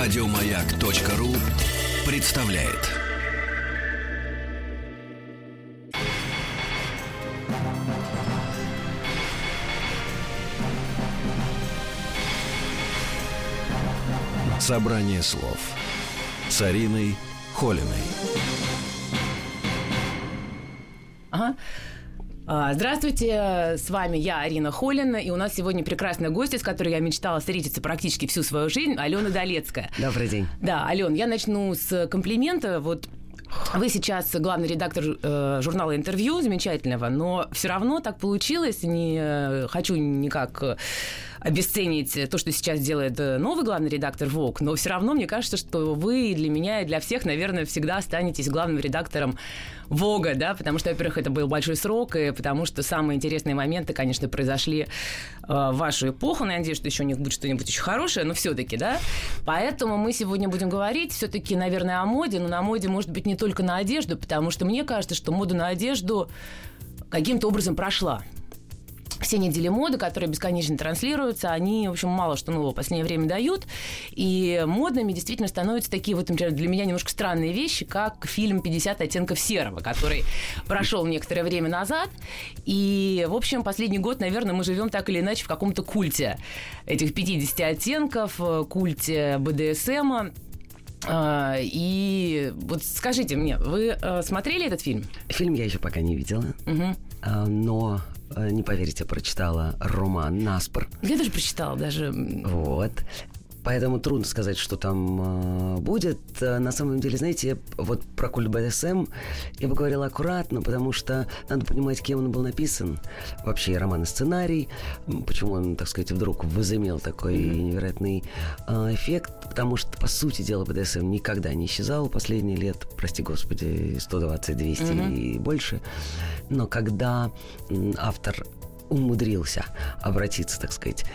Радиомаяк.ру представляет. Собрание слов с Ариной Холиной. Здравствуйте, с вами я, Арина Холина, и у нас сегодня прекрасная гостья, с которой я мечтала встретиться практически всю свою жизнь, Алена Долецкая. Добрый день. Да, Ален, я начну с комплимента. Вот вы сейчас главный редактор журнала «Интервью» замечательного, но все равно так получилось, не хочу никак обесценить то, что сейчас делает новый главный редактор Vogue, но все равно мне кажется, что вы для меня и для всех, наверное, всегда останетесь главным редактором Vogue, да, потому что, во-первых, это был большой срок, и потому что самые интересные моменты, конечно, произошли в вашу эпоху. Надеюсь, что еще у них будет что-нибудь очень хорошее, но все-таки, да. Поэтому мы сегодня будем говорить все-таки, наверное, о моде, но на моде, может быть, не только на одежду, потому что мне кажется, что мода на одежду каким-то образом прошла. Все недели моды, которые бесконечно транслируются, они, в общем, мало что нового в последнее время дают. И модными действительно становятся такие вот, например, для меня немножко странные вещи, как фильм «50 оттенков серого», который прошел некоторое время назад. И, в общем, последний год, наверное, мы живем так или иначе в каком-то культе этих 50 оттенков, культе БДСМа. И вот скажите мне, вы смотрели этот фильм? Фильм я еще пока не видела, но... Не поверите, прочитала роман «Наспор». Я даже прочитала, даже... Вот. Поэтому трудно сказать, что там будет. На самом деле, знаете, вот про культ БДСМ я бы говорила аккуратно, потому что надо понимать, кем он был написан. Вообще и роман, и сценарий. Почему он, так сказать, вдруг возымел такой невероятный эффект. Потому что, по сути дела, БДСМ никогда не исчезал последние лет, прости господи, 120-200 и больше. Но когда автор умудрился обратиться, так сказать,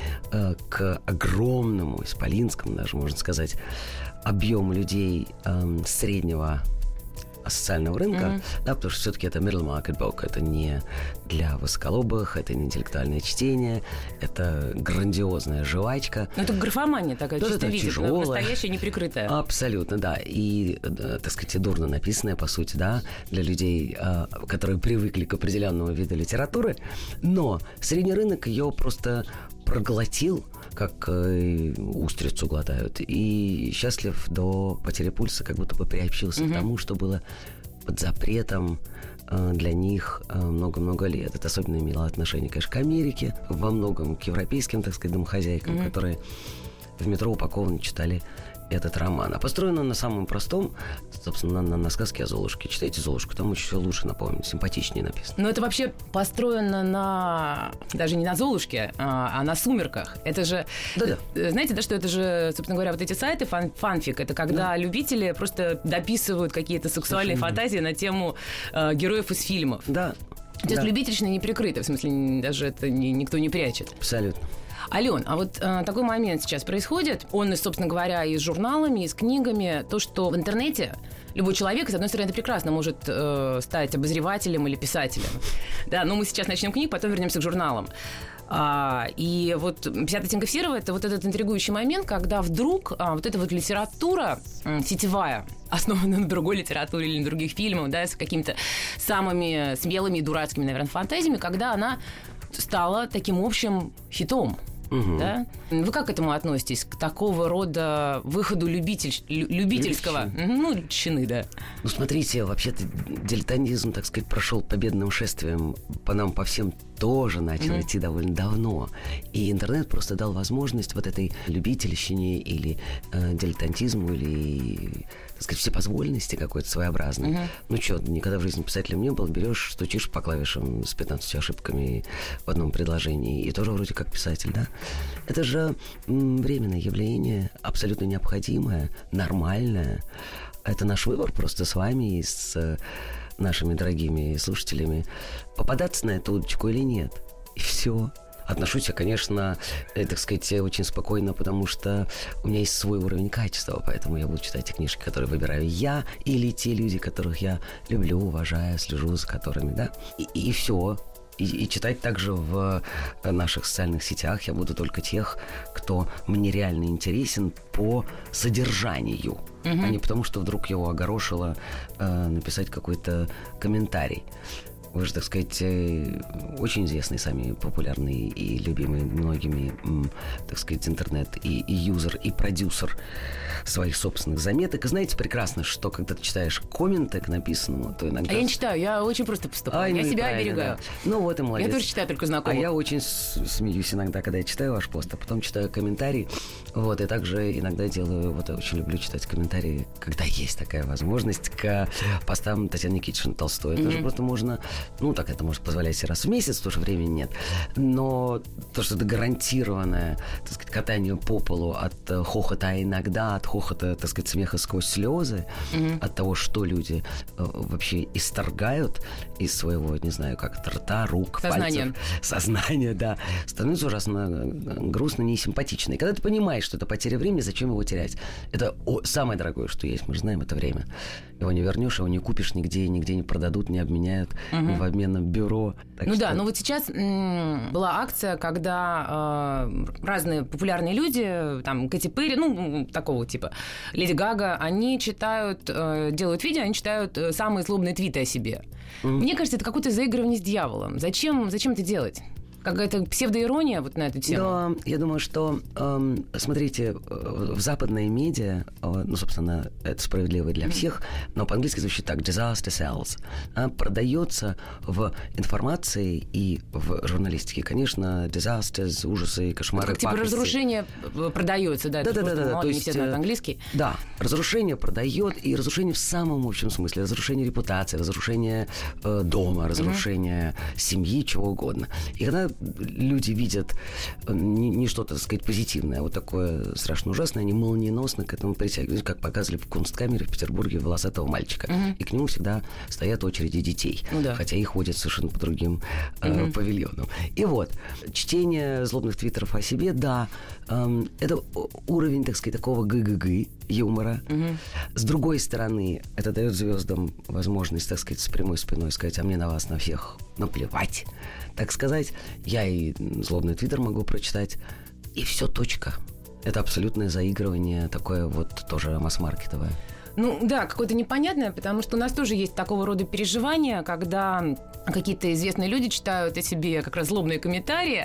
к огромному, исполинскому даже, можно сказать, объему людей среднего социального рынка, да, потому что все-таки это middle market book, это не для высоколобых, это не интеллектуальное чтение, это грандиозная жвачка. Ну, это графомания такая, чисто видит, настоящая, неприкрытая. Абсолютно, да, и, так сказать, и дурно написанная, по сути, да, для людей, которые привыкли к определенному виду литературы, но средний рынок ее просто проглотил, как устрицу глотают, и счастлив до потери пульса, как будто бы приобщился к тому, что было под запретом для них много-много лет. Это особенно имело отношение, конечно, к Америке, во многом к европейским, так сказать, домохозяйкам, которые в метро упакованно читали этот роман. А построен он на самом простом, собственно, на сказке о Золушке. Читайте «Золушку», там очень лучше, напомню, симпатичнее написано. Но это вообще построено на... даже не на «Золушке», а на «Сумерках». Это же... Да-да. Знаете, да, что это же, собственно говоря, вот эти сайты, фанфик, это когда любители просто дописывают какие-то сексуальные фантазии на тему героев из фильмов. Да. То есть любительщина не прикрыта, в смысле, даже это никто не прячет. Абсолютно. Ален, а вот такой момент сейчас происходит. Он, собственно говоря, и с журналами, и с книгами. То, что в интернете любой человек, с одной стороны, это прекрасно может стать обозревателем или писателем. Да, но мы сейчас начнем книг, потом вернемся к журналам. И вот 50 оттенков серого – это вот этот интригующий момент, когда вдруг вот эта вот литература сетевая, основанная на другой литературе или на других фильмах, да, с какими-то самыми смелыми и дурацкими, наверное, фантазиями, когда она стала таким общим хитом. Да? Вы как к этому относитесь? К такого рода выходу любительского? Чины, да. Ну, смотрите, вообще-то дилетантизм, так сказать, прошел победным шествием по нам, по всем тоже начал идти довольно давно. И интернет просто дал возможность вот этой любительщине или дилетантизму, или, так сказать, всепозволенности какой-то своеобразной. Ну что, никогда в жизни писателем не был, берешь, стучишь по клавишам с 15 ошибками в одном предложении, и тоже вроде как писатель, да? Это же временное явление, абсолютно необходимое, нормальное. Это наш выбор просто с вами и с нашими дорогими слушателями, попадаться на эту удочку или нет. И все. Отношусь я, конечно, так сказать, очень спокойно, потому что у меня есть свой уровень качества, поэтому я буду читать те книжки, которые выбираю я, или те люди, которых я люблю, уважаю, слежу за которыми, да. И все. И читать также в наших социальных сетях я буду только тех, кто мне реально интересен по содержанию, а не потому, что вдруг его огорошило написать какой-то комментарий. Вы же, так сказать, очень известный, сами популярный и любимый многими, так сказать, интернет и юзер, и продюсер своих собственных заметок. И знаете прекрасно, что когда ты читаешь комменты к написанному, то иногда... А я не читаю, я очень просто поступаю. Я себя оберегаю. Да. Ну вот и молодец. Я тоже читаю только знакомых. А я очень смеюсь иногда, когда я читаю ваш пост, а потом читаю комментарии. Вот, и также иногда делаю... Вот я очень люблю читать комментарии, когда есть такая возможность, к постам Татьяны Никитичны Толстой. Это же просто можно... Ну, так это может позволять себе раз в месяц, в то же времени нет. Но то, что это гарантированное, так сказать, катание по полу от хохота, а иногда от хохота, так сказать, смеха сквозь слезы, от того, что люди вообще исторгают из своего, не знаю, как рта, рук, пальцев. Сознание, да. Становится ужасно грустно, несимпатично. И когда ты понимаешь, что это потеря времени, зачем его терять? Это самое дорогое, что есть. Мы же знаем это время. Его не вернешь, его не купишь нигде не продадут, не обменяют в обменном бюро. Так ну что... да, но вот сейчас была акция, когда разные популярные люди, там, Кэти Перри, ну, такого типа, Леди Гага, они читают, делают видео, они читают самые злобные твиты о себе. Мне кажется, это какое-то заигрывание с дьяволом. Зачем это делать? Какая-то псевдоирония вот на эту тему? Да, я думаю, что, смотрите, в западной медиа, ну, собственно, это справедливо для всех, но по-английски звучит так: disaster sells. Продается в информации и в журналистике, конечно, disasters, ужасы, кошмары, как типа разрушение продается, да? Да. Мало ли не все знают английский. Да, разрушение продает, и разрушение в самом общем смысле. Разрушение репутации, разрушение дома, разрушение семьи, чего угодно. И когда люди видят не что-то, так сказать, позитивное, а вот такое страшно ужасное, они молниеносно к этому притягиваются, как показывали в Кунсткамере в Петербурге волосатого мальчика. И к нему всегда стоят очереди детей, хотя их водят совершенно по другим павильонам. И вот, чтение злобных твиттеров о себе, да, это уровень, так сказать, такого гы-гы-гы юмора. С другой стороны, это дает звездам возможность, так сказать, с прямой спиной сказать: а мне на вас на всех наплевать. Так сказать, я и злобный твиттер могу прочитать, и все, точка. Это абсолютное заигрывание, такое вот тоже масс-маркетовое. Ну да, какое-то непонятное, потому что у нас тоже есть такого рода переживания, когда какие-то известные люди читают о себе как раз злобные комментарии,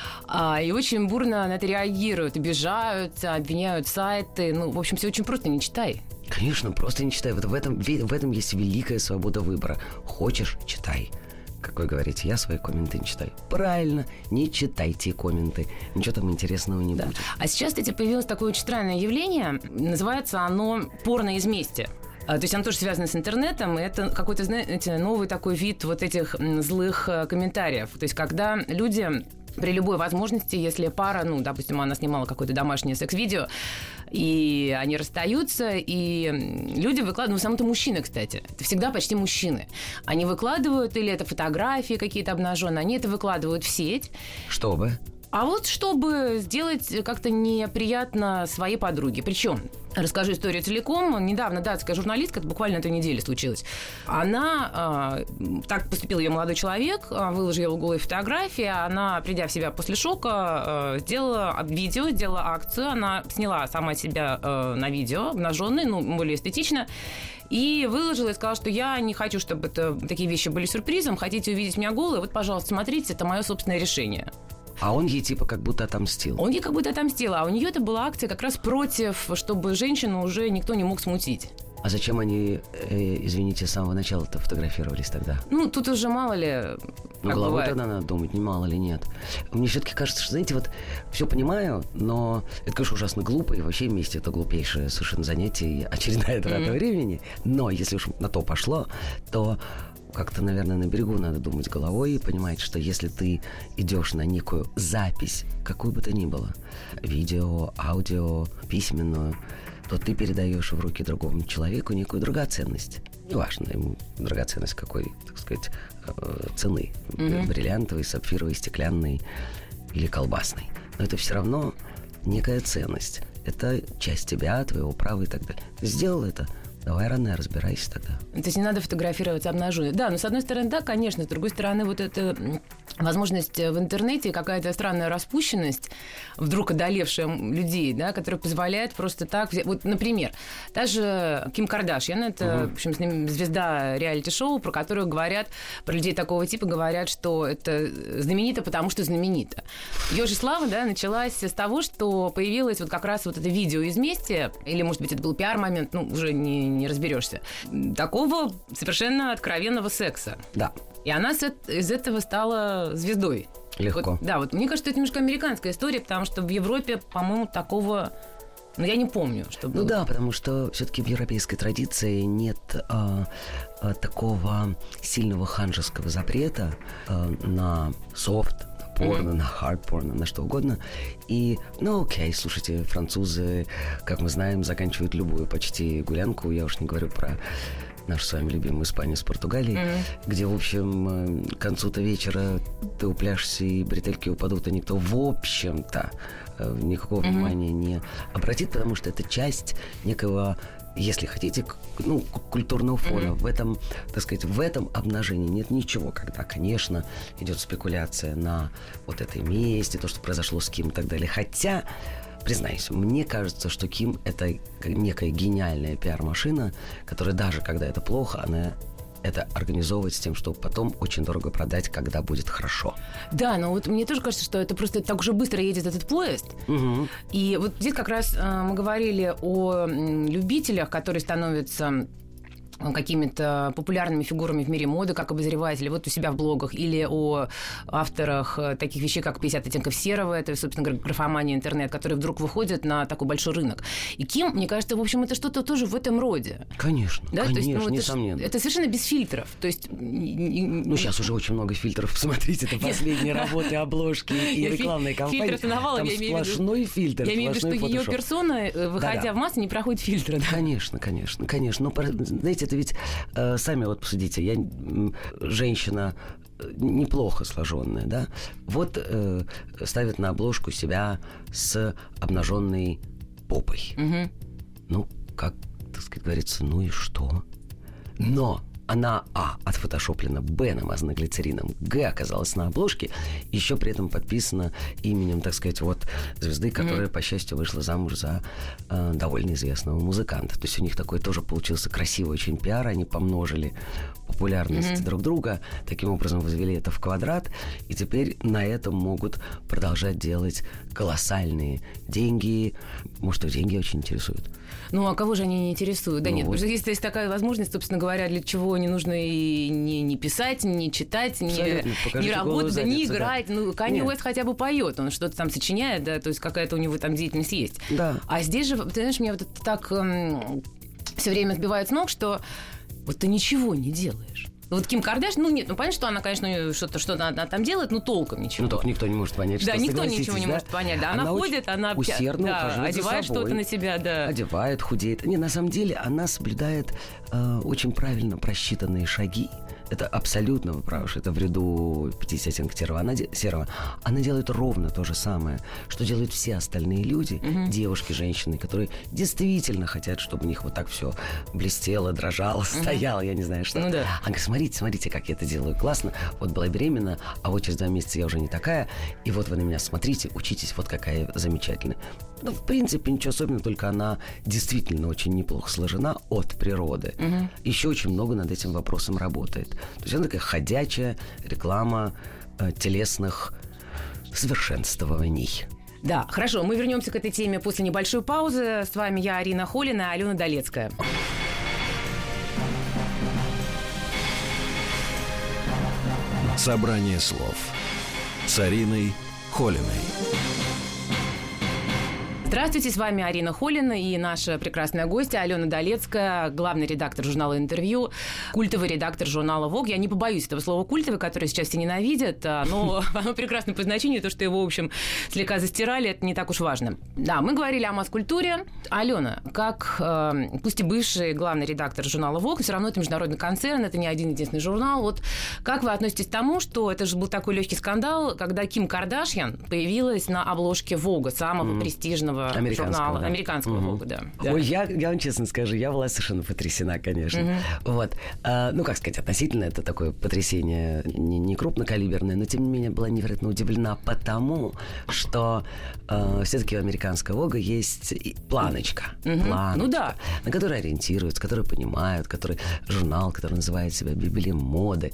и очень бурно на это реагируют, обижаются, обвиняют сайты. Ну, в общем, все очень просто, не читай. Конечно, просто не читай. Вот в этом есть великая свобода выбора. Хочешь – читай. Как вы говорите, я свои комменты не читаю. Правильно, не читайте комменты. Ничего там интересного не будет. А сейчас, кстати, появилось такое очень странное явление. Называется оно «порно из мести». То есть оно тоже связано с интернетом, и это какой-то, знаете, новый такой вид вот этих злых комментариев. То есть когда люди при любой возможности, если пара, ну, допустим, она снимала какое-то домашнее секс-видео, и они расстаются, и люди выкладывают, ну, в основном-то мужчины, кстати, это всегда почти мужчины. Они выкладывают, или это фотографии какие-то обнаженные, они это выкладывают в сеть. Чтобы? А вот чтобы сделать как-то неприятно своей подруге. Причем, расскажу историю целиком. Недавно датская журналистка, это буквально на той неделе случилось, она, так поступил ее молодой человек, выложил голые фотографии, она, придя в себя после шока, сделала видео, сделала акцию, она сняла сама себя на видео, обнаженной, ну, более эстетично, и выложила и сказала, что я не хочу, чтобы такие вещи были сюрпризом, хотите увидеть меня голой, вот, пожалуйста, смотрите, это мое собственное решение. А он ей типа как будто отомстил. Он ей как будто отомстил, а у нее это была акция как раз против, чтобы женщину уже никто не мог смутить. А зачем они, извините, с самого начала-то фотографировались тогда? Ну, тут уже мало ли. Ну, головой тогда надо думать, не мало ли нет. Мне все-таки кажется, что, знаете, вот все понимаю, но это, конечно, ужасно глупо, и вообще вместе это глупейшее совершенно занятие, очередная трата времени. Но если уж на то пошло, то как-то, наверное, на берегу надо думать головой и понимать, что если ты идешь на некую запись, какую бы то ни было, видео, аудио, письменную, то ты передаешь в руки другому человеку некую драгоценность. Неважно, ему драгоценность какой, так сказать, цены. Бриллиантовой, сапфировой, стеклянной или колбасной. Но это все равно некая ценность. Это часть тебя, твоего права и так далее. Ты сделал это, давай, родная, разбирайся тогда. То есть не надо фотографироваться обнаженной. Да, но с одной стороны, да, конечно, с другой стороны, вот это возможность в интернете, какая-то странная распущенность, вдруг одолевшая людей, да, которая позволяет просто так взять. Вот, например, та же Ким Кардашьян, это, в общем, звезда реалити-шоу, про которую говорят, про людей такого типа говорят, что это знаменито, потому что знаменито. Ее же слава, да, началась с того, что появилось вот как раз вот это видео из «Мести», или, может быть, это был пиар-момент, ну, уже не разберешься, такого совершенно откровенного секса. Да. И она из этого стала звездой. Легко. Вот, да, вот мне кажется, это немножко американская история, потому что в Европе, по-моему, такого... Ну, я не помню, что было. Ну да, потому что все-таки в европейской традиции нет такого сильного ханжеского запрета на софт, на порно, на хард-порно, на что угодно. И, ну окей, слушайте, французы, как мы знаем, заканчивают любую почти гулянку. Я уж не говорю про нашу с вами любимую Испанию с Португалией, где, в общем, к концу-то вечера ты упляшься и бретельки упадут, и никто, в общем-то, никакого внимания не обратит, потому что это часть некого, если хотите, культурного фона. В этом, так сказать, в этом обнажении нет ничего, когда, конечно, идет спекуляция на вот этой мести, то, что произошло с Ким и так далее. Хотя, признаюсь, мне кажется, что Ким — это некая гениальная пиар-машина, которая даже когда это плохо, она это организовывает с тем, чтобы потом очень дорого продать, когда будет хорошо. Да, но вот мне тоже кажется, что это просто так уже быстро едет этот поезд. И вот здесь как раз мы говорили о любителях, которые становятся какими-то популярными фигурами в мире моды, как обозреватели, вот у себя в блогах, или о авторах таких вещей, как 50 оттенков серого, это, собственно говоря, графомания, интернет, которые вдруг выходят на такой большой рынок. И Ким, мне кажется, в общем, это что-то тоже в этом роде. Конечно, да? конечно, то есть, несомненно. Это совершенно без фильтров. То есть, сейчас уже очень много фильтров. Посмотрите, это последние работы, обложки и рекламные кампании. Фильтры навалом, там сплошной фильтр. Я имею в виду, что ее персона, выходя в массы, не проходит фильтра. Да? Конечно. Но, знаете, это ведь сами вот посудите, я женщина неплохо сложенная, да, вот ставит на обложку себя с обнаженной попой. Ну, как, так сказать, говорится, ну и что? Но она, отфотошоплена, намазана глицерином, оказалась на обложке, еще при этом подписана именем, так сказать, вот звезды, которая, по счастью, вышла замуж за довольно известного музыканта. То есть у них такой тоже получился красивый очень пиар, они помножили популярность друг друга, таким образом возвели это в квадрат, и теперь на этом могут продолжать делать колоссальные деньги. Может, их деньги очень интересуют. Ну, а кого же они не интересуют? Да нет, вот. Если есть такая возможность, собственно говоря, для чего не нужно и не писать, не читать, не работать, не играть. Да. Ну, Канье Уэст хотя бы поет, он что-то там сочиняет, да, то есть какая-то у него там деятельность есть. Да. А здесь же, ты знаешь, меня вот это так все время сбивает с ног, что вот ты ничего не делаешь. Вот Ким Кардашьян, понятно, что она, конечно, что-то она там делает, но толком ничего. Ну, только никто не может понять, что, никто ничего не может понять. Да, она ходит, она усердно одевает что-то на себя, да. Одевает, худеет. Не, на самом деле, она соблюдает очень правильно просчитанные шаги. Это абсолютно, вы правы, что это в ряду 50 оттенков серого. Она делает ровно то же самое, что делают все остальные люди, девушки, женщины, которые действительно хотят, чтобы у них вот так все блестело, дрожало, стояло, я не знаю что. Ну, да. Она говорит, смотрите, как я это делаю, классно. Вот была беременна, а вот через 2 месяца я уже не такая, и вот вы на меня смотрите, учитесь, вот какая я замечательная. Ну, в принципе, ничего особенного, только она действительно очень неплохо сложена от природы. Еще очень много над этим вопросом работает. То есть она такая ходячая реклама телесных совершенствований. Да, хорошо, мы вернемся к этой теме после небольшой паузы. С вами я, Арина Холина, и Алена Долецкая. Собрание слов с Ариной Холиной. Здравствуйте, с вами Арина Холина и наша прекрасная гостья Алена Долецкая, главный редактор журнала «Интервью», культовый редактор журнала Vogue. Я не побоюсь этого слова «культовый», которое сейчас все ненавидят, но оно прекрасно по значению, то, что его, в общем, слегка застирали, это не так уж важно. Да, мы говорили о масс-культуре. Алена, как, пусть и бывший главный редактор журнала Vogue, все равно это международный концерн, это не один-единственный журнал. Вот как вы относитесь к тому, что это же был такой легкий скандал, когда Ким Кардашьян появилась на обложке Vogue, самого престижного отечественного журнала, американского Vogue, да. Ой, я вам честно скажу, я была совершенно потрясена, конечно. Вот. Ну, как сказать, относительно это такое потрясение не крупнокалиберное, но тем не менее была невероятно удивлена, потому что все-таки у американского Vogue есть планочка. Ну да. На которой ориентируются, которые понимают, который журнал, который называет себя Библией моды.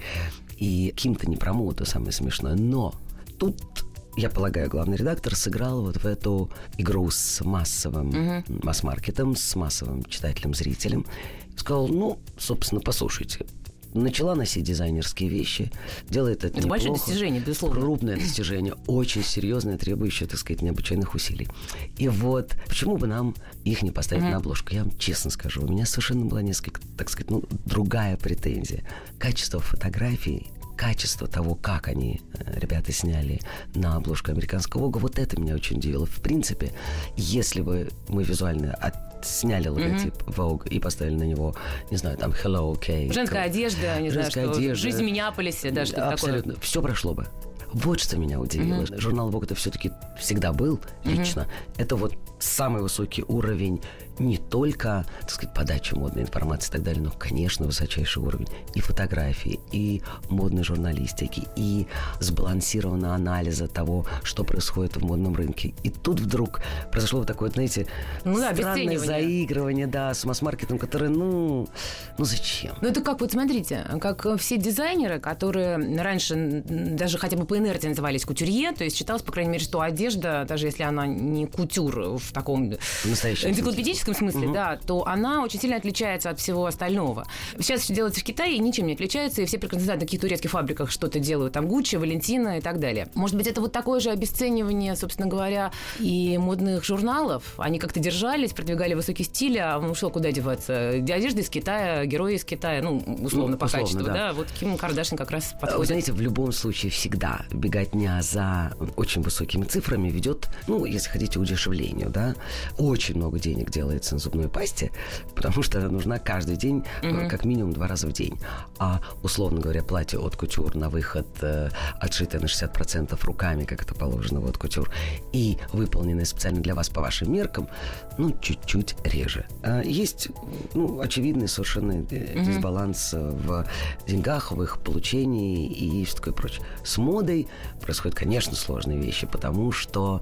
И каким-то не про моду, самое смешное. Но тут, я полагаю, главный редактор сыграл вот в эту игру с массовым масс-маркетом, с массовым читателем, зрителем. Сказал, ну, собственно, послушайте. Начала носить дизайнерские вещи, делает это неплохо. Большое достижение, безусловно. Крупное достижение, очень серьезное, требующее, так сказать, необычайных усилий. И вот почему бы нам их не поставить на обложку? Я вам честно скажу, у меня совершенно была несколько, так сказать, другая претензия. Качество фотографий, качество того, как они, ребята, сняли на обложку американского Vogue, вот это меня очень удивило. В принципе, если бы мы визуально сняли логотип Vogue и поставили на него, не знаю, там Hello, Kate. Женская одежда, не знаю, что одежда. Жизнь в Миннеаполисе, да, что-то абсолютно. такое. Все прошло бы. Вот что меня удивило. Журнал Vogue это все-таки всегда был лично. Это вот самый высокий уровень не только, так сказать, подачи модной информации и так далее, но, конечно, высочайший уровень и фотографии, и модной журналистики, и сбалансированного анализа того, что происходит в модном рынке. И тут вдруг произошло вот такое, знаете, странное заигрывание, да, с масс-маркетом, который, ну зачем? Ну, это как, вот смотрите, как все дизайнеры, которые раньше даже хотя бы по инерции назывались кутюрье, то есть считалось, по крайней мере, что одежда, даже если она не кутюр в таком энциклопедическом смысле, да, то она очень сильно отличается от всего остального. Сейчас все делается в Китае и ничем не отличается, и все прекрасно знают, на каких турецких фабриках что-то делают, там Гуччи, Валентина и так далее. Может быть, это вот такое же обесценивание, собственно говоря, и модных журналов. Они как-то держались, продвигали высокий стиль, а ушло куда деваться? Одежда из Китая, герои из Китая, условно по качеству, да. Вот Ким Кардашьян как раз подходит. Вы знаете, в любом случае всегда беготня за очень высокими цифрами ведет, если хотите, удешевлению, да. Очень много денег делается на зубной пасте, потому что она нужна каждый день, как минимум 2 раза в день. А, условно говоря, платье от кутюр на выход, отшитое на 60% руками, как это положено в от кутюр, и выполненное специально для вас по вашим меркам, чуть-чуть реже. Есть, очевидный совершенно дисбаланс в деньгах, в их получении и все такое прочее. С модой происходят, конечно, сложные вещи, потому что,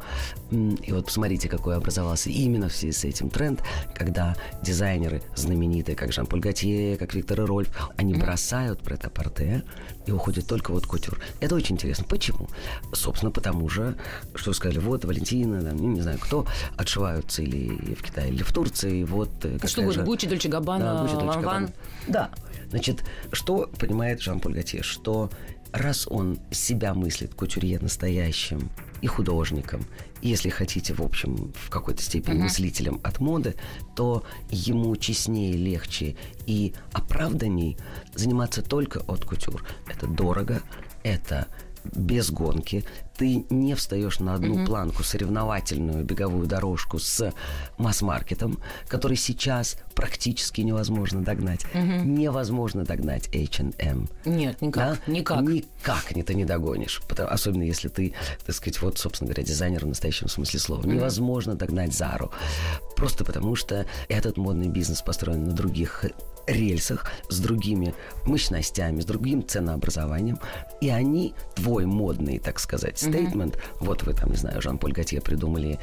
и вот посмотрите, какой образовался именно в связи с этим тренд, когда дизайнеры знаменитые, как Жан-Поль Готье, как Виктор Рольф, они бросают прет-а-порте и уходят только в от кутюр. Это очень интересно. Почему? Собственно, потому же, что вы сказали, вот Валентина, не знаю кто, отшиваются или в Китае, или в Турции, вот... Что будет? Гуччи, Дольче Габбана, Ланван? Да. Значит, что понимает Жан-Поль Готье? Что раз он себя мыслит кутюрье настоящим и художником, и, если хотите, в общем, в какой-то степени мыслителем от моды, то ему честнее, легче и оправданней заниматься только от кутюр. Это дорого, это без гонки. Ты не встаешь на одну планку, соревновательную беговую дорожку с масс-маркетом, который сейчас практически невозможно догнать. Невозможно догнать H&M. Нет, никак. Да? Никак ты не догонишь. Особенно если ты, так сказать, вот, собственно говоря, дизайнер в настоящем смысле слова. Невозможно догнать Зару. Просто потому что этот модный бизнес построен на других рельсах, с другими мощностями, с другим ценообразованием, и они, твой модный, так сказать, стейтмент, вот вы там, не знаю, Жан-Поль Готье придумали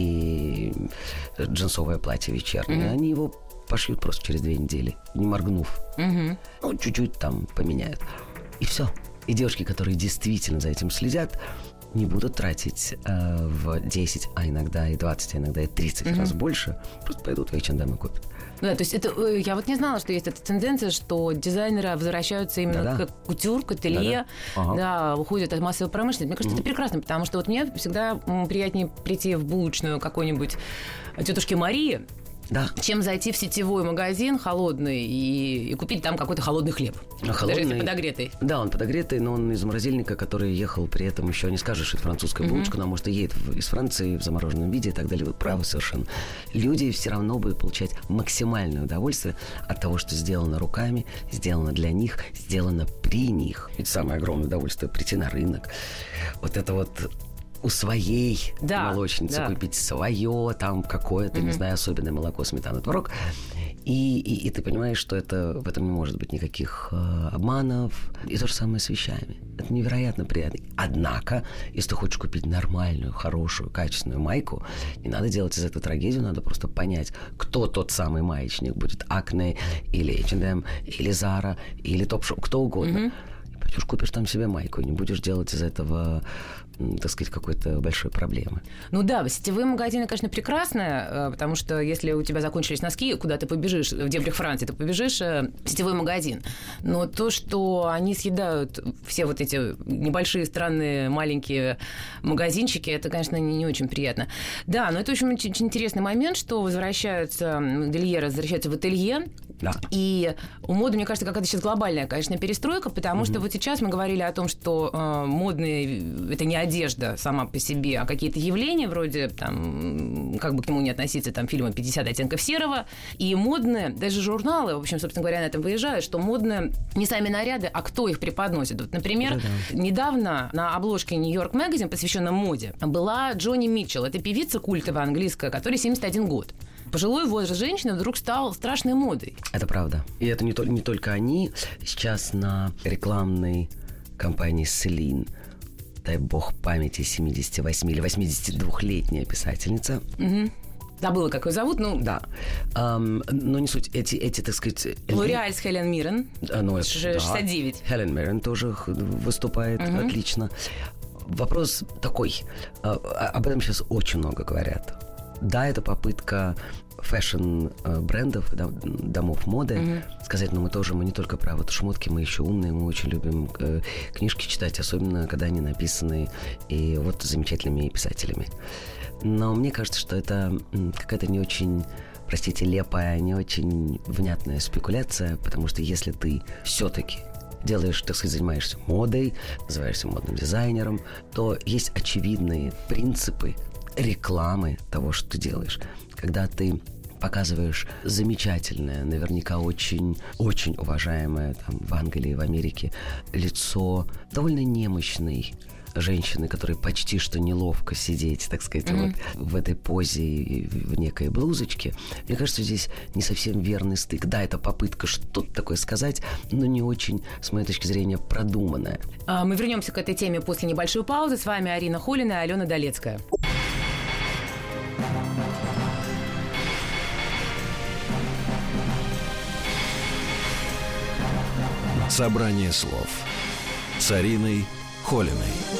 и джинсовое платье вечернее, они его пошьют просто через 2 недели, не моргнув. Чуть-чуть там поменяют. И все. И девушки, которые действительно за этим следят, не будут тратить в 10, а иногда и 20, а иногда и 30 раз больше, просто пойдут в H&M и купят. Да, то есть это, я вот не знала, что есть эта тенденция, что дизайнеры возвращаются именно к кутюр, к ателье, уходят от массовой промышленности. Мне кажется, это прекрасно, потому что вот мне всегда приятнее прийти в булочную какой-нибудь тетушки Марии, чем зайти в сетевой магазин холодный и купить там какой-то холодный хлеб. Даже если подогретый. Да, он подогретый, но он из морозильника, который ехал при этом еще, не скажешь, что это французская булочка, но, может, и едет из Франции в замороженном виде и так далее. Вы правы совершенно. Люди все равно будут получать максимальное удовольствие от того, что сделано руками, сделано для них, сделано при них. Ведь самое огромное удовольствие прийти на рынок. Вот это вот у своей молочницы купить свое, там какое-то, не знаю, особенное молоко, сметана, творог. И ты понимаешь, что в этом не может быть никаких обманов. И то же самое с вещами. Это невероятно приятно. Однако, если ты хочешь купить нормальную, хорошую, качественную майку, не надо делать из этого трагедию, надо просто понять, кто тот самый маечник. Будет Acne, или H&M, или Zara, или Topshop, кто угодно. И пойдешь, купишь там себе майку, и не будешь делать из этого, так сказать, какой-то большой проблемы. Ну да, сетевые магазины, конечно, прекрасные, потому что если у тебя закончились носки, куда ты побежишь, в дебрях Франции, ты побежишь в сетевой магазин. Но то, что они съедают все вот эти небольшие, странные, маленькие магазинчики, это, конечно, не очень приятно. Да, но это очень интересный момент, что возвращаются модельеры, возвращаются в ателье. Да. И у моды, мне кажется, какая-то сейчас глобальная, конечно, перестройка, потому что вот сейчас мы говорили о том, что модные – это не одежда сама по себе, а какие-то явления вроде, там, как бы к нему не относиться, там, фильма «50 оттенков серого». И модные, даже журналы, в общем, собственно говоря, на этом выезжают, что модные не сами наряды, а кто их преподносит. Вот, например, недавно на обложке New York Magazine, посвященной моде, была Джонни Митчелл. Это певица культовая английская, которой 71 год. Пожилой возраст женщины вдруг стал страшной модой. Это правда. И это не только они. Сейчас на рекламной кампании Celine, дай бог памяти, 78 или 82-летняя писательница. Забыла, как ее зовут, ну... Да. Но не суть. Эти, так сказать... Лореаль с Хелен Миррен. 69. Хелен Миррен тоже выступает отлично. Вопрос такой. Об этом сейчас очень много говорят. Да, это попытка фэшн-брендов, домов моды сказать, но мы не только про вот шмотки, мы еще умные, мы очень любим книжки читать, особенно когда они написаны и вот замечательными писателями. Но мне кажется, что это какая-то не очень, простите, лепая, не очень внятная спекуляция, потому что если ты все-таки делаешь, так сказать, занимаешься модой, называешься модным дизайнером, то есть очевидные принципы рекламы того, что ты делаешь. Когда ты показываешь замечательное, наверняка очень, очень уважаемое там, в Англии, в Америке лицо довольно немощной женщины, которой почти что неловко сидеть, так сказать, вот в этой позе в некой блузочке. Мне кажется, здесь не совсем верный стык. Да, это попытка что-то такое сказать, но не очень, с моей точки зрения, продуманная. Мы вернемся к этой теме после небольшой паузы. С вами Арина Холина и Алена Долецкая. Собрание слов с Ариной Холиной.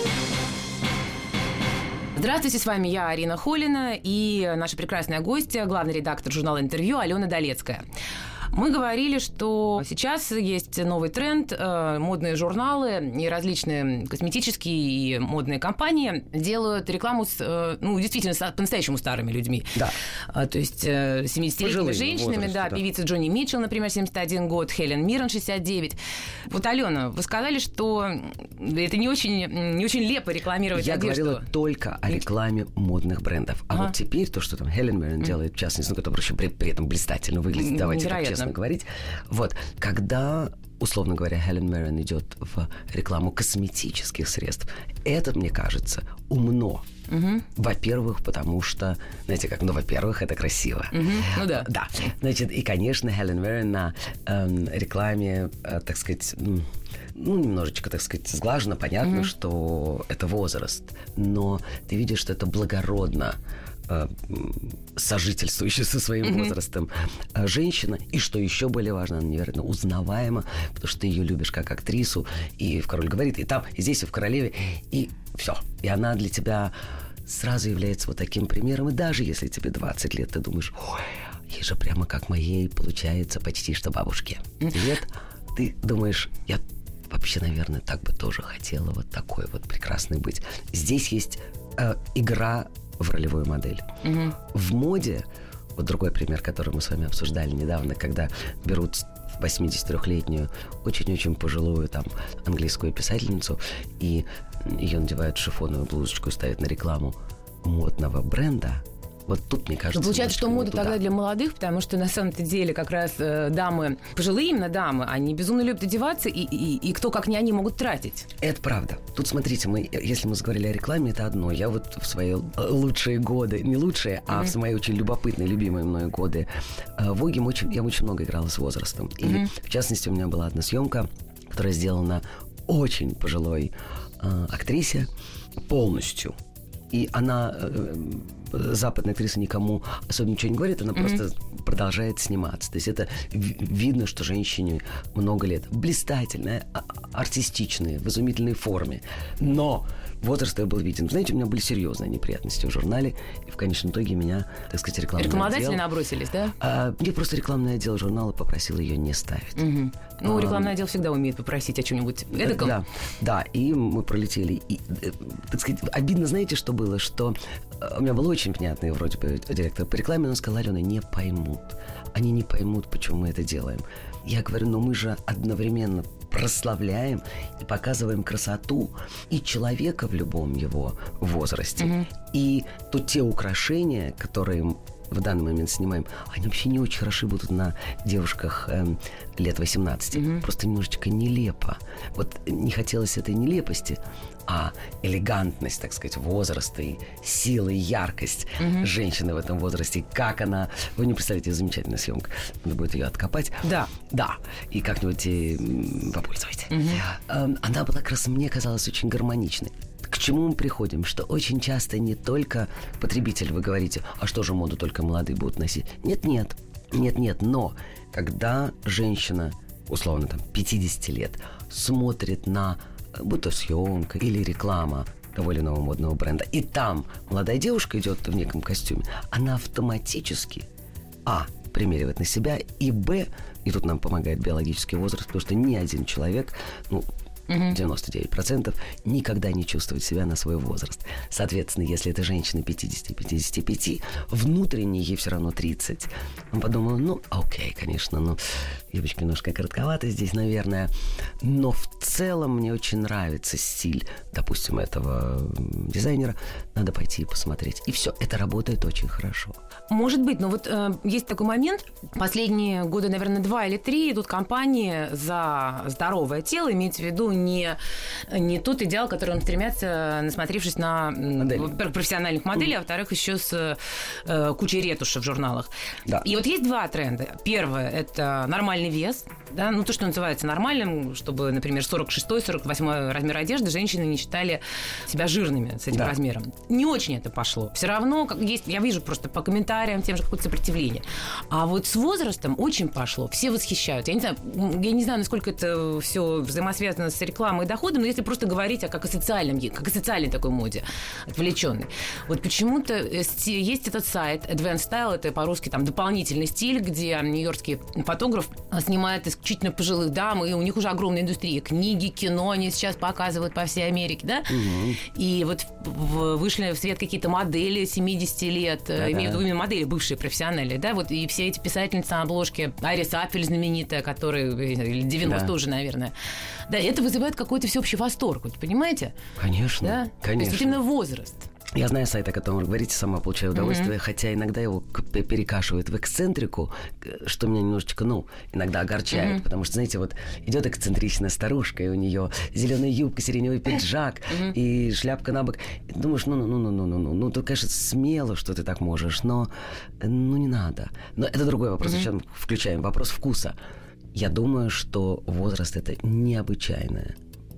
Здравствуйте, с вами я, Арина Холина, и наша прекрасная гостья, главный редактор журнала «Интервью» Алена Долецкая. Мы говорили, что сейчас есть новый тренд. Модные журналы и различные косметические и модные компании делают рекламу с, действительно, по-настоящему старыми людьми. Да. То есть 70-летними женщинами. Возрасте, да. Певица Джонни Митчелл, например, 71 год, Хелен Миррен, 69. Вот, Алена, вы сказали, что это не очень лепо рекламировать одежду. Я говорила только о рекламе модных брендов. А вот теперь то, что там Хелен Миррен делает, в частности, которая еще при этом блистательно выглядит, давайте так честно говорить. Вот, когда, условно говоря, Хелен Миррен идет в рекламу косметических средств, это, мне кажется, умно. Во-первых, потому что, знаете как, во-первых, это красиво. Ну да. Да. Значит, и, конечно, Хелен Миррен на рекламе, так сказать, немножечко, так сказать, сглажено, понятно, что это возраст. Но ты видишь, что это благородно сожительствующая со своим возрастом женщина, и что еще более важно, она невероятно узнаваема, потому что ты ее любишь как актрису, и в «Король говорит», и там, и здесь, и в «Королеве», и все. И она для тебя сразу является вот таким примером, и даже если тебе 20 лет, ты думаешь, ой, ей же прямо как моей получается почти что бабушке. Нет, ты думаешь, я вообще, наверное, так бы тоже хотела вот такой вот прекрасной быть. Здесь есть игра в ролевую модель. В моде, вот другой пример, который мы с вами обсуждали недавно, когда берут 83-летнюю, очень-очень пожилую там английскую писательницу, и ее надевают шифоновую блузочку и ставят на рекламу модного бренда, Вот тут, мне кажется... Получается, что мода тогда для молодых, потому что на самом-то деле как раз дамы, пожилые именно дамы, они безумно любят одеваться, и кто как не они могут тратить. Это правда. Тут, смотрите, если мы заговорили о рекламе, это одно. Я вот в свои лучшие годы, не лучшие, а в мои очень любопытные, любимые мной годы в Воге я очень много играла с возрастом. И, в частности, у меня была одна съемка, которая сделана очень пожилой актрисе полностью. И она, западная актриса, никому особо ничего не говорит, она просто продолжает сниматься. То есть это видно, что женщине много лет. Блистательная, артистичная, в изумительной форме. Но возраст ее был виден. Знаете, у меня были серьезные неприятности в журнале, и в конечном итоге меня, так сказать, рекламный Рекламодатели отдел... набросились, да? Мне просто рекламный отдел журнала попросил ее не ставить. Ну, рекламный отдел всегда умеет попросить о чем-нибудь эдаком. Да, и мы пролетели. И, так сказать, обидно, знаете, что было? Что у меня был очень понятный вроде бы директор по рекламе, он сказал: Алена, не поймут. Они не поймут, почему мы это делаем. Я говорю, но мы же одновременно прославляем и показываем красоту и человека в любом его возрасте. И то те украшения, которые в данный момент снимаем, они вообще не очень хороши будут на девушках лет 18. Просто немножечко нелепо. Вот не хотелось этой нелепости, а элегантность, так сказать, возраста и сила и яркость женщины в этом возрасте. Как она... Вы не представляете, замечательная съемка. Надо будет ее откопать. Да. Да. И как-нибудь попользуйте. Она была, как раз мне казалась, очень гармоничной. К чему мы приходим? Что очень часто не только потребитель, вы говорите, а что же моду только молодые будут носить? Нет. Но когда женщина, условно, 50 лет, смотрит на, будто съемка или реклама того или иного модного бренда, и там молодая девушка идет в неком костюме, она автоматически, примеривает на себя, и и тут нам помогает биологический возраст, потому что ни один человек, 99% никогда не чувствует себя на свой возраст. Соответственно, если это женщина 50-55, внутренне ей все равно 30. Он подумал, окей, конечно, юбочка немножко коротковата здесь, наверное. Но в целом мне очень нравится стиль, допустим, этого дизайнера. Надо пойти и посмотреть. И все, это работает очень хорошо. Может быть, но вот есть такой момент. Последние года, наверное, 2 или 3 идут кампании за здоровое тело, имеется в виду не тот идеал, который он стремятся, насмотревшись на профессиональных моделей, а во-вторых, еще с кучей ретуши в журналах. Да. И вот есть 2 тренда. Первое – это нормальный вес, да, то, что называется нормальным, чтобы, например, 46-48 размер одежды женщины не считали себя жирными с этим размером. Не очень это пошло. Все равно, я вижу просто по комментариям тем же какое-то сопротивление. А вот с возрастом очень пошло. Все восхищают. Я не знаю, насколько это все взаимосвязано с рекламой и доходом, но если просто говорить как о социальной такой моде, отвлеченной. Вот почему-то есть этот сайт Advanced Style, это по-русски дополнительный стиль, где нью-йоркский фотограф снимает исключительно пожилых дам, и у них уже огромная индустрия. Книги, кино они сейчас показывают по всей Америке, да? И вот вышли в свет какие-то модели 70 лет, имею в виду именно модели бывшие профессиональные, да? Вот и все эти писательницы на обложке, Айрис Апфель знаменитая, которая 90 уже, наверное. Да, это вызывает какой-то всеобщий восторг, вот, понимаете? Конечно, да? конечно. То есть именно возраст. Я знаю сайт, о котором вы говорите, сама получаю удовольствие, хотя иногда его перекашивают в эксцентрику, что меня немножечко, иногда огорчает, потому что, знаете, вот идет эксцентричная старушка, и у нее зеленая юбка, сиреневый пиджак и шляпка на бок. И думаешь, ты, конечно, смело, что ты так можешь, но не надо. Но это другой вопрос, сейчас включаем вопрос вкуса. Я думаю, что возраст – это необычайно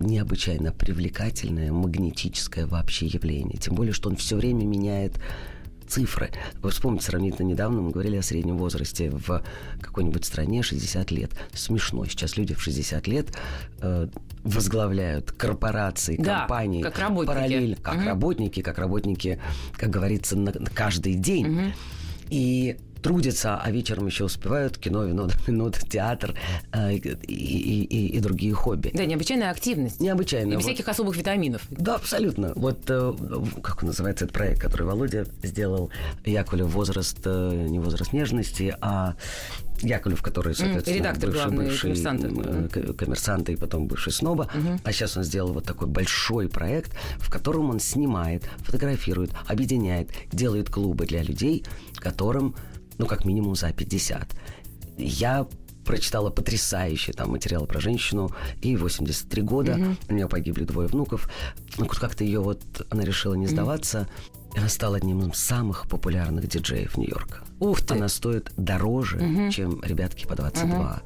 привлекательное, магнетическое вообще явление. Тем более, что он все время меняет цифры. Вы вспомните, сравнительно недавно мы говорили о среднем возрасте в какой-нибудь стране 60 лет. Смешно. Сейчас люди в 60 лет возглавляют корпорации, компании. Как работники. Параллельно. Как работники, как говорится, на каждый день. И трудятся, а вечером еще успевают кино, вино, театр и другие хобби. Да, необычайная активность. Необычайная. И без всяких особых витаминов. Да, абсолютно. Вот как он называется, этот проект, который Володя сделал, Яковлев, возраст, не возраст нежности, а Яковлев, который, соответственно, редактор бывший «Коммерсанта» и потом бывший «Сноба». А сейчас он сделал вот такой большой проект, в котором он снимает, фотографирует, объединяет, делает клубы для людей, которым, как минимум за 50. Я прочитала потрясающий там материал про женщину, ей 83 года, у нее погибли 2 внуков. Как-то она решила не сдаваться. Она стала одним из самых популярных диджеев Нью-Йорка. Ух ты! Она стоит дороже, чем ребятки по 22.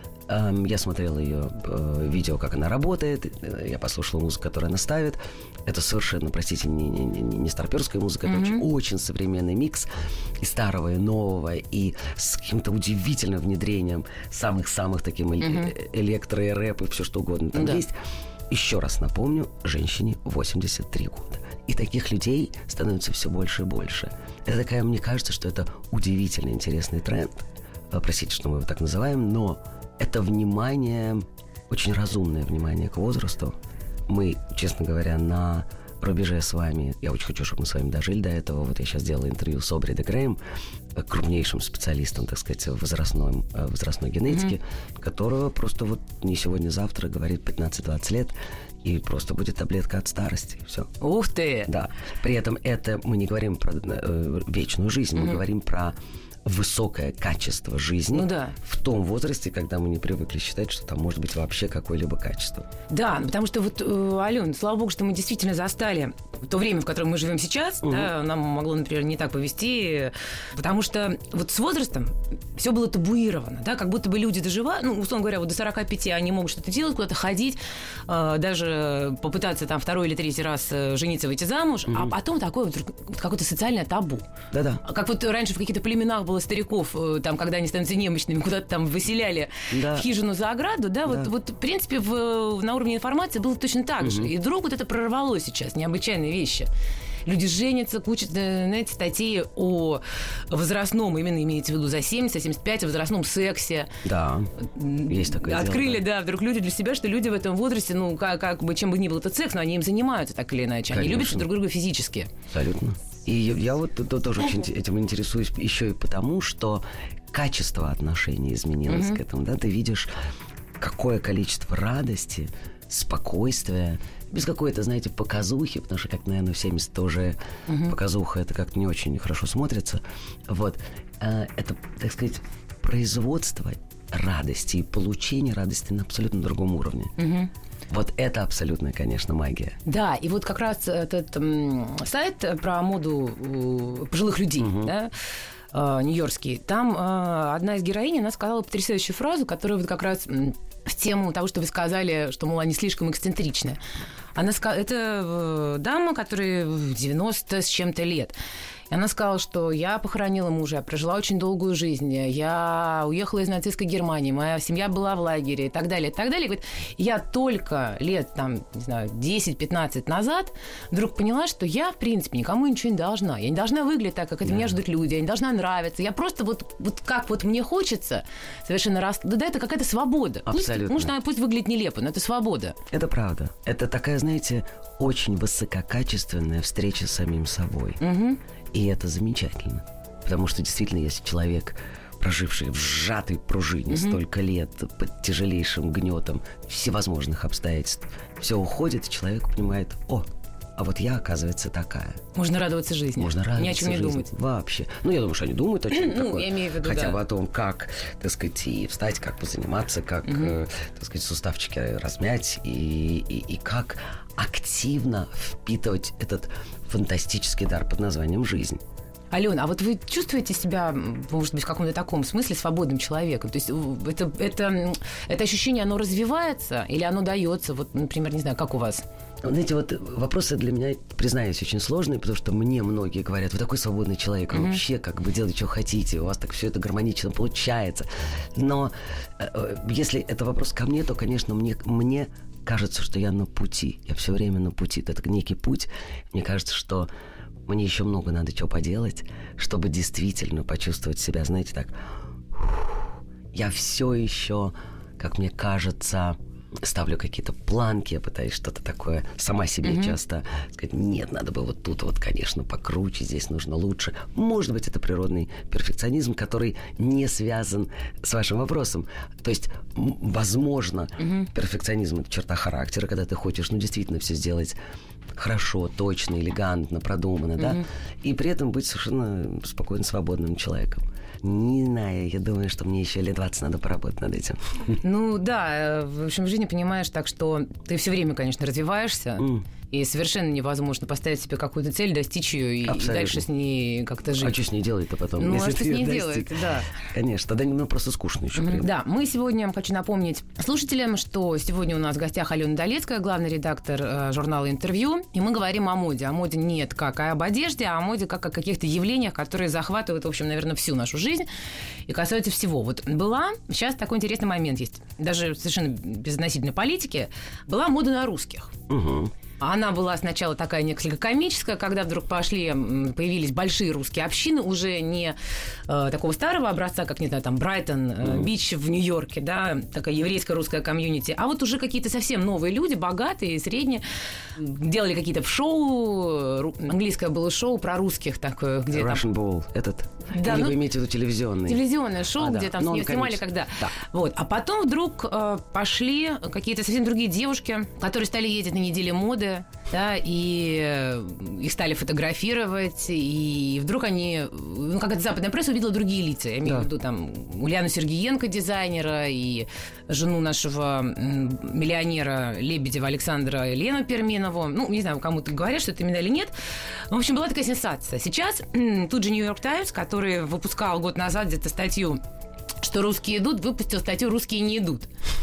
Я смотрел ее видео, как она работает. Я послушал музыку, которую она ставит. Это совершенно, простите, не старперская музыка. Это очень современный микс и старого, и нового, и с каким-то удивительным внедрением самых-самых таким электро и рэп, и все что угодно там есть. Еще раз напомню, женщине 83 года. И таких людей становится все больше и больше. Это такая, мне кажется, что это удивительно интересный тренд. Простите, что мы его так называем, но это внимание, очень разумное внимание к возрасту. Мы, честно говоря, на рубеже с вами, я очень хочу, чтобы мы с вами дожили до этого. Вот я сейчас делаю интервью с Обри де Грейм, крупнейшим специалистом, так сказать, возрастной генетики, которого просто не сегодня-завтра, говорит, 15-20 лет, и просто будет таблетка от старости. Все. Ух ты! Да. При этом мы не говорим про вечную жизнь, мы говорим про высокое качество жизни в том возрасте, когда мы не привыкли считать, что там может быть вообще какое-либо качество. Да, потому что Алён, слава богу, что мы действительно застали то время, в котором мы живем сейчас. Да, нам могло, например, не так повезти, потому что с возрастом все было табуировано, да, как будто бы люди доживают, условно говоря, до 45 они могут что-то делать, куда-то ходить, даже попытаться там 2-й или 3-й раз жениться, выйти замуж, а потом такое какое-то социальное табу. Да-да. Как раньше в каких-то племенах было стариков, там, когда они становятся немощными, куда-то там выселяли в хижину за ограду, в принципе, на уровне информации было точно так же. И вдруг это прорвало сейчас, необычайные вещи. Люди женятся, куча, знаете, статей о возрастном, именно имеется в виду за 70-75, о возрастном сексе. Да, есть такое Открыли, дело, вдруг люди для себя, что люди в этом возрасте, как бы, чем бы ни был этот секс, но они им занимаются так или иначе. Они любят друг друга физически. Абсолютно. И я тоже очень этим интересуюсь еще и потому, что качество отношений изменилось к этому. Да? Ты видишь, какое количество радости, спокойствия, без какой-то, знаете, показухи, потому что, как, наверное, в 70 тоже показуха, это как-то не очень хорошо смотрится. Это, так сказать, производство радости и получение радости на абсолютно другом уровне. Это абсолютно, конечно, магия. Да, и как раз этот сайт про моду пожилых людей, нью-йоркский, там одна из героинь, она сказала потрясающую фразу, которая как раз в тему того, что вы сказали, что, мол, они слишком эксцентричны. Это дама, которой 90 с чем-то лет. И она сказала, что я похоронила мужа, я прожила очень долгую жизнь, я уехала из нацистской Германии, моя семья была в лагере и так далее, и так далее. Говорит, я только лет, 10-15 назад вдруг поняла, что я, в принципе, никому ничего не должна. Я не должна выглядеть так, как от меня ждут люди, я не должна нравиться. Я просто как мне хочется совершенно это какая-то свобода. Абсолютно. Пусть выглядит нелепо, но это свобода. Это правда. Это такая, знаете, очень высококачественная встреча с самим собой. И это замечательно. Потому что действительно, если человек, проживший в сжатой пружине столько лет, под тяжелейшим гнетом всевозможных обстоятельств, все уходит, и человек понимает, а я, оказывается, такая. Можно радоваться жизни. Можно радоваться ни о чем не думать. Вообще. Я думаю, что они думают о чем-то такое. Я имею в виду, хотя бы о том, как, так сказать, и встать, как позаниматься, как, так сказать, суставчики размять, и как активно впитывать этот фантастический дар под названием «жизнь». Алена, а вы чувствуете себя, может быть, в каком-то таком смысле свободным человеком? То есть это ощущение, оно развивается или оно дается? Например, не знаю, как у вас? Знаете, вопросы для меня, признаюсь, очень сложные, потому что мне многие говорят, вы такой свободный человек, вы вообще делайте, что хотите, у вас так все это гармонично получается. Но если это вопрос ко мне, то, конечно, мне кажется, что я на пути. Я все время на пути. Это некий путь. Мне кажется, что мне еще много надо чего поделать, чтобы действительно почувствовать себя, знаете, так. Я все еще, как мне кажется, ставлю какие-то планки, я пытаюсь что-то такое сама себе часто сказать, нет, надо бы вот тут вот, конечно, покруче, здесь нужно лучше. Может быть, это природный перфекционизм, который не связан с вашим вопросом. То есть, возможно, перфекционизм — это черта характера, когда ты хочешь, действительно все сделать хорошо, точно, элегантно, продуманно, да, и при этом быть совершенно спокойно, свободным человеком. Не знаю, я думаю, что мне еще лет 20 надо поработать над этим. Ну да, в общем, в жизни понимаешь так, что ты все время, конечно, развиваешься, и совершенно невозможно поставить себе какую-то цель, достичь ее и дальше с ней как-то жить. А что с ней делать-то потом? Ну, а что с ней делать, да. Конечно, тогда просто скучно еще. Да, мы сегодня, хочу напомнить слушателям, что сегодня у нас в гостях Алена Долецкая, главный редактор журнала «Интервью», и мы говорим о моде. О моде нет как об одежде, а о моде как о каких-то явлениях, которые захватывают, в общем, наверное, всю нашу жизнь и касаются всего. Вот сейчас такой интересный момент есть, даже совершенно безотносительно политики, была мода на русских. Она была сначала такая несколько комическая, когда вдруг появились большие русские общины, уже не такого старого образца, как, не знаю, там, Брайтон-Бич в Нью-Йорке, да, такая еврейская русская комьюнити, а вот уже какие-то совсем новые люди, богатые, средние, делали какие-то шоу, английское было шоу про русских такое, где Russian Ball, этот? Да, или вы имеете в виду телевизионный? Телевизионное шоу, где там снимали когда. Да. Вот. А потом вдруг пошли какие-то совсем другие девушки, которые стали ездить на неделе моды, да, и их стали фотографировать, и вдруг они, как западная пресса увидела другие лица. Я имею в виду там Ульяну Сергиенко, дизайнера, и жену нашего миллионера Лебедева Александра Лену Перминову. Не знаю, кому-то говорят, что это именно или нет. В общем, была такая сенсация. Сейчас тут же Нью-Йорк Таймс, который выпускал год назад где-то статью, что русские идут, выпустил статью «Русские не идут».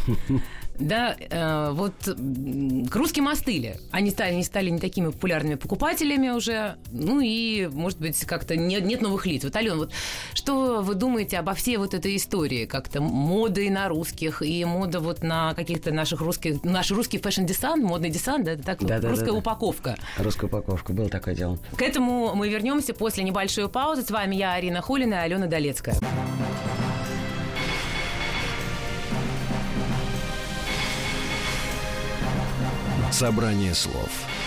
Да, вот к русским остыли. Они стали не такими популярными покупателями уже. И, может быть, как-то нет новых лиц. Вот, Алён, вот что вы думаете обо всей вот этой истории? Как-то моды на русских и мода вот на каких-то наш русский фэшн-десант, модный десант, да, это так, русская упаковка. Русская упаковка, было такое дело. К этому мы вернемся после небольшой паузы. С вами я, Арина Холина, и Алена Долецкая. Собрание слов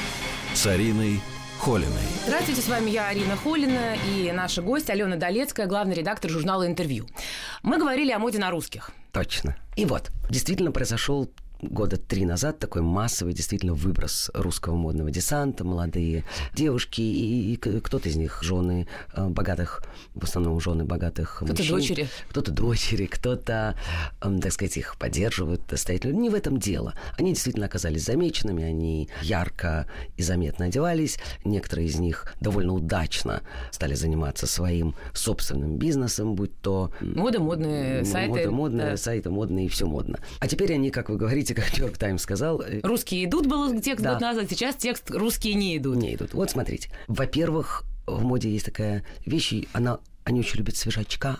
с Ариной Холиной. Здравствуйте, с вами я, Арина Холина, и наша гость Алена Долецкая, главный редактор журнала «Интервью». Мы говорили о моде на русских. Точно. И вот, действительно произошел года 3 назад такой массовый действительно выброс русского модного десанта, молодые девушки, и кто-то из них жены богатых, в основном жены богатых мужчин. Кто-то дочери, кто-то, так сказать, их поддерживают настоятельно. Не в этом дело. Они действительно оказались замеченными, они ярко и заметно одевались. Некоторые из них довольно удачно стали заниматься своим собственным бизнесом, будь то... модные сайты. Сайты модные, и все модно. А теперь они, как вы говорите, как Нью-Йорк Таймс сказал... Русские идут, был текст год назад, сейчас текст «русские не идут». Не идут. Вот смотрите. Во-первых, в моде есть такая вещь, они очень любят свежачка,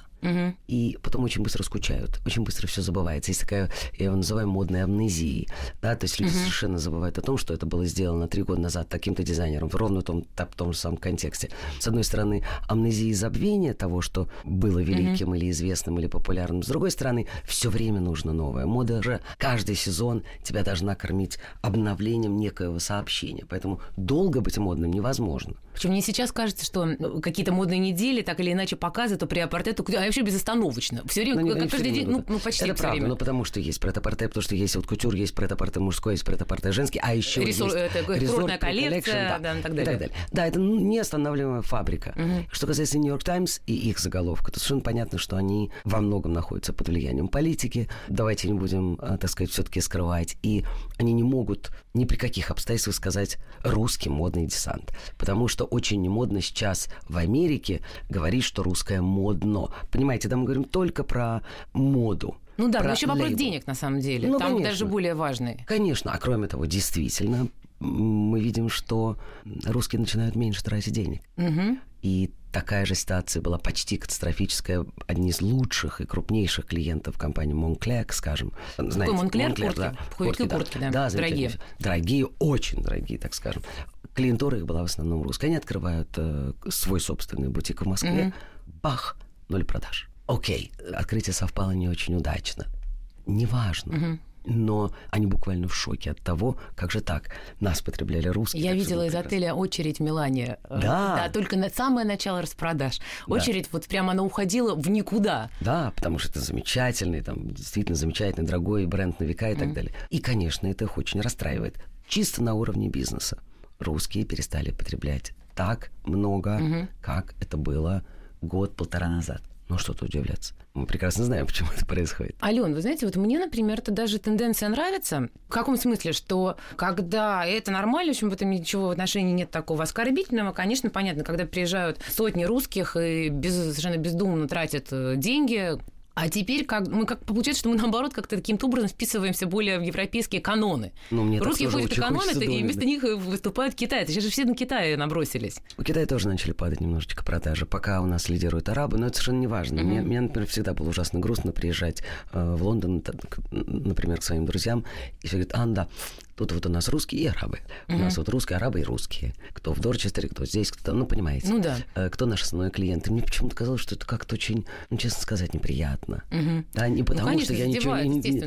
и потом очень быстро скучают, очень быстро все забывается. Есть такая, я его называю, модной амнезией. Да? То есть люди совершенно забывают о том, что это было сделано 3 года назад таким-то дизайнером, в ровно том же самом контексте. С одной стороны, амнезия и забвение того, что было великим или известным, или популярным. С другой стороны, все время нужно новое. Мода же каждый сезон тебя должна кормить обновлением некоего сообщения. Поэтому долго быть модным невозможно. Причем мне сейчас кажется, что какие-то модные недели так или иначе показывают то прет-а-порте, а вообще безостановочно. Все время, каждый день, почти это все правда, время. Потому что есть прет-а-порте, потому что есть вот кутюр, есть прет-а-порте мужской, есть прет-а-порте женский, а еще есть курортная коллекция, да, и так далее. Да, это неостанавливаемая фабрика. Что касается Нью-Йорк Таймс и их заголовка, то совершенно понятно, что они во многом находятся под влиянием политики. Давайте не будем, так сказать, все-таки скрывать. И они не могут ни при каких обстоятельствах сказать «русский модный десант». Потому что очень немодно сейчас в Америке говорить, что русское модно. Понимаете, там мы говорим только про моду. Но еще вопрос денег, на самом деле. Там конечно. Даже более важный. Конечно. А кроме того, действительно, мы видим, что русские начинают меньше тратить денег. И такая же ситуация была почти катастрофическая. Одни из лучших и крупнейших клиентов компании Moncler, скажем. Знаете, Moncler, куртки, да. Дорогие. Дорогие, очень дорогие, так скажем. Клиентура их была в основном русская. Они открывают свой собственный бутик в Москве. Бах, 0 продаж. Окей, открытие совпало не очень удачно. Неважно. но они буквально в шоке от того, как же так, нас потребляли русские. Я видела из отеля очередь в Милане. Да, только на самое начало распродаж. Очередь вот прямо она уходила в никуда. Да, потому что это замечательный, там действительно замечательный, дорогой бренд на века и так далее. И, конечно, это их очень расстраивает. Чисто на уровне бизнеса. Русские перестали потреблять так много, как это было год-полтора назад. Ну, что-то удивляться. Мы прекрасно знаем, почему это происходит. Алён, вы знаете, вот мне, например, это даже тенденция нравится. В каком смысле? Что когда это нормально, в общем, в этом ничего в отношении нет такого оскорбительного, конечно, понятно, когда приезжают сотни русских и совершенно бездумно тратят деньги. А теперь получается, что мы, наоборот, как-то каким-то образом вписываемся более в европейские каноны. Русские ходят экономят, и вместо них выступают китайцы. Сейчас же все на Китай набросились. У Китая тоже начали падать немножечко продажи. Пока у нас лидируют арабы, но это совершенно не важно. Мне, например, всегда было ужасно грустно приезжать в Лондон, например, к своим друзьям, и все говорят: да, тут вот у нас русские и арабы. У нас вот русские, арабы и русские. Кто в Дорчестере, кто здесь, кто там, понимаете. Ну да. Кто наш основной клиент. И мне почему-то казалось, что это как-то очень, честно сказать, неприятно. Да, не потому, конечно, что я ничего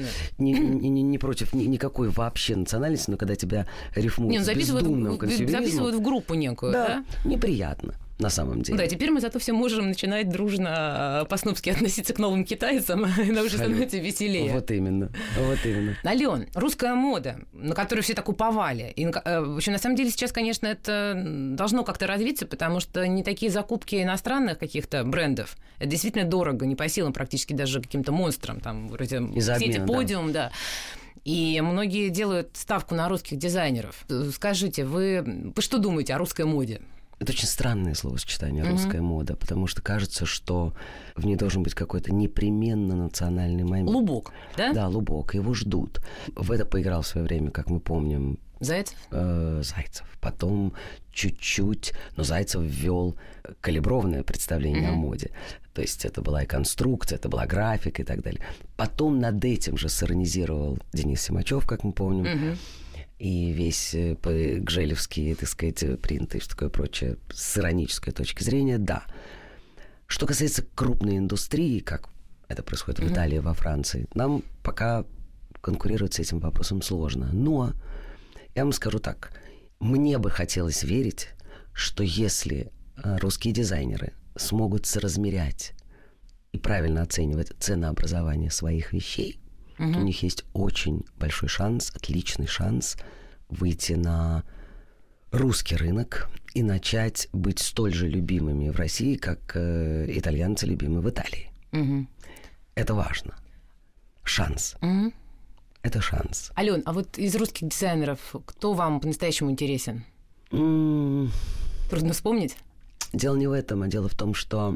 не против никакой вообще национальности, но когда тебя рифмуют с бездумным консюмеризмом... Записывают в группу некую, да? Неприятно. На самом деле. Да, теперь мы зато все можем начинать дружно по-снобски относиться к новым китайцам, и нам уже становится веселее. Вот именно. Алён, русская мода, на которую все так уповали. И, в общем, на самом деле сейчас, конечно, это должно как-то развиться, потому что не такие закупки иностранных каких-то брендов. Это действительно дорого, не по силам практически даже каким-то монстрам, там, вроде сети «Подиум», да. И многие делают ставку на русских дизайнеров. Скажите, вы что думаете о русской моде? Это очень странное словосочетание «русская мода», потому что кажется, что в ней должен быть какой-то непременно национальный момент. Лубок, да? Да, лубок. Его ждут. В это поиграл в свое время, как мы помним, Зайцев? Зайцев. Потом чуть-чуть, но Зайцев ввел калиброванное представление о моде. То есть это была и конструкция, это была графика и так далее. Потом над этим же сиронизировал Денис Симачев, как мы помним. И весь гжелевский, так сказать, принт и что такое прочее, с иронической точки зрения, да. Что касается крупной индустрии, как это происходит в Италии, во Франции, нам пока конкурировать с этим вопросом сложно. Но я вам скажу так. Мне бы хотелось верить, что если русские дизайнеры смогут соразмерять и правильно оценивать ценообразование своих вещей, у них есть очень большой шанс, отличный шанс выйти на русский рынок и начать быть столь же любимыми в России, как итальянцы любимы в Италии. Это важно. Шанс. Это шанс. Алён, а вот из русских дизайнеров кто вам по-настоящему интересен? Трудно вспомнить? Дело не в этом, а дело в том, что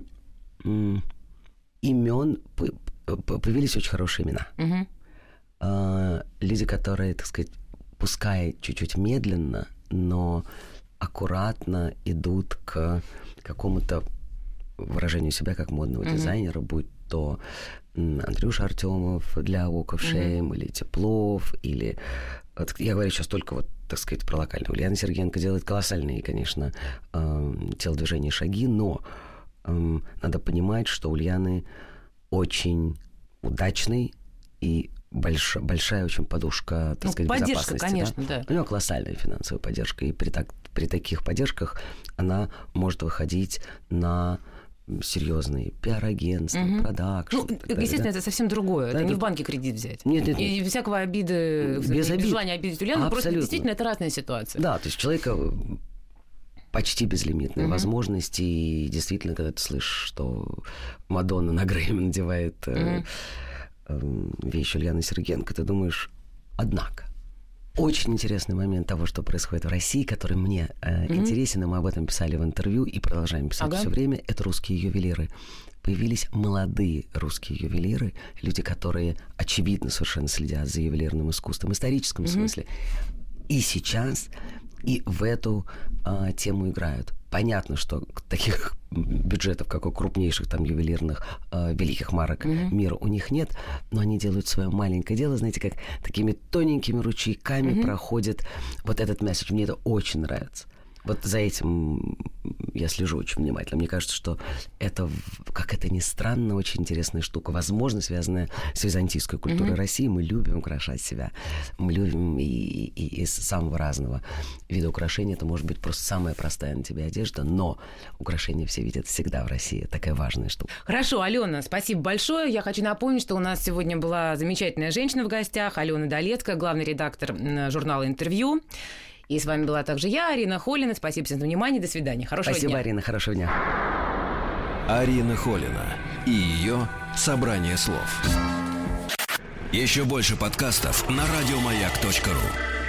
имен... Появились очень хорошие имена. Люди, которые, так сказать, пускай чуть-чуть медленно, но аккуратно идут к какому-то выражению себя как модного дизайнера, будь то Андрюша Артемов для Walk of Shame, или Теплов, или... Я говорю сейчас только вот, так сказать, про локального. Ульяна Сергеенко делает колоссальные, конечно, телодвижения и шаги, но надо понимать, что у Ульяны очень удачный и большая очень подушка, так сказать, поддержка, безопасности. Конечно, да. У нее колоссальная финансовая поддержка, и при таких поддержках она может выходить на серьезные пиар-агентства, продакшн. Естественно, это совсем другое. Это не в банке кредит взять. Нет. И всякого обиды, без желания обидеть Ульяну, просто действительно это разная ситуация. Да, то есть человека почти безлимитные возможности, и действительно, когда ты слышишь, что Мадонна на Грэмми надевает вещь Ульяны Сергеенко, ты думаешь, однако. Очень интересный момент того, что происходит в России, который мне интересен, и мы об этом писали в интервью и продолжаем писать все время, это русские ювелиры. Появились молодые русские ювелиры, люди, которые очевидно совершенно следят за ювелирным искусством в историческом смысле. И сейчас и в эту тему играют. Понятно, что таких бюджетов, как у крупнейших там ювелирных великих марок мира у них нет, но они делают свое маленькое дело, знаете, как такими тоненькими ручейками проходит вот этот месседж. Мне это очень нравится. Вот за этим я слежу очень внимательно. Мне кажется, что это, как это ни странно, очень интересная штука. Возможно, связанная с византийской культурой России. Мы любим украшать себя. Мы любим и из самого разного вида украшений. Это может быть просто самая простая на тебе одежда, но украшения все видят всегда в России. Такая важная штука. Хорошо, Алена, спасибо большое. Я хочу напомнить, что у нас сегодня была замечательная женщина в гостях, Алена Долецкая, главный редактор журнала «Интервью». И с вами была также я, Арина Холина. Спасибо всем за внимание. До свидания. Хорошего дня. Спасибо, Арина. Хорошего дня. Арина Холина и ее «Собрание слов». Еще больше подкастов на радиомаяк.ру.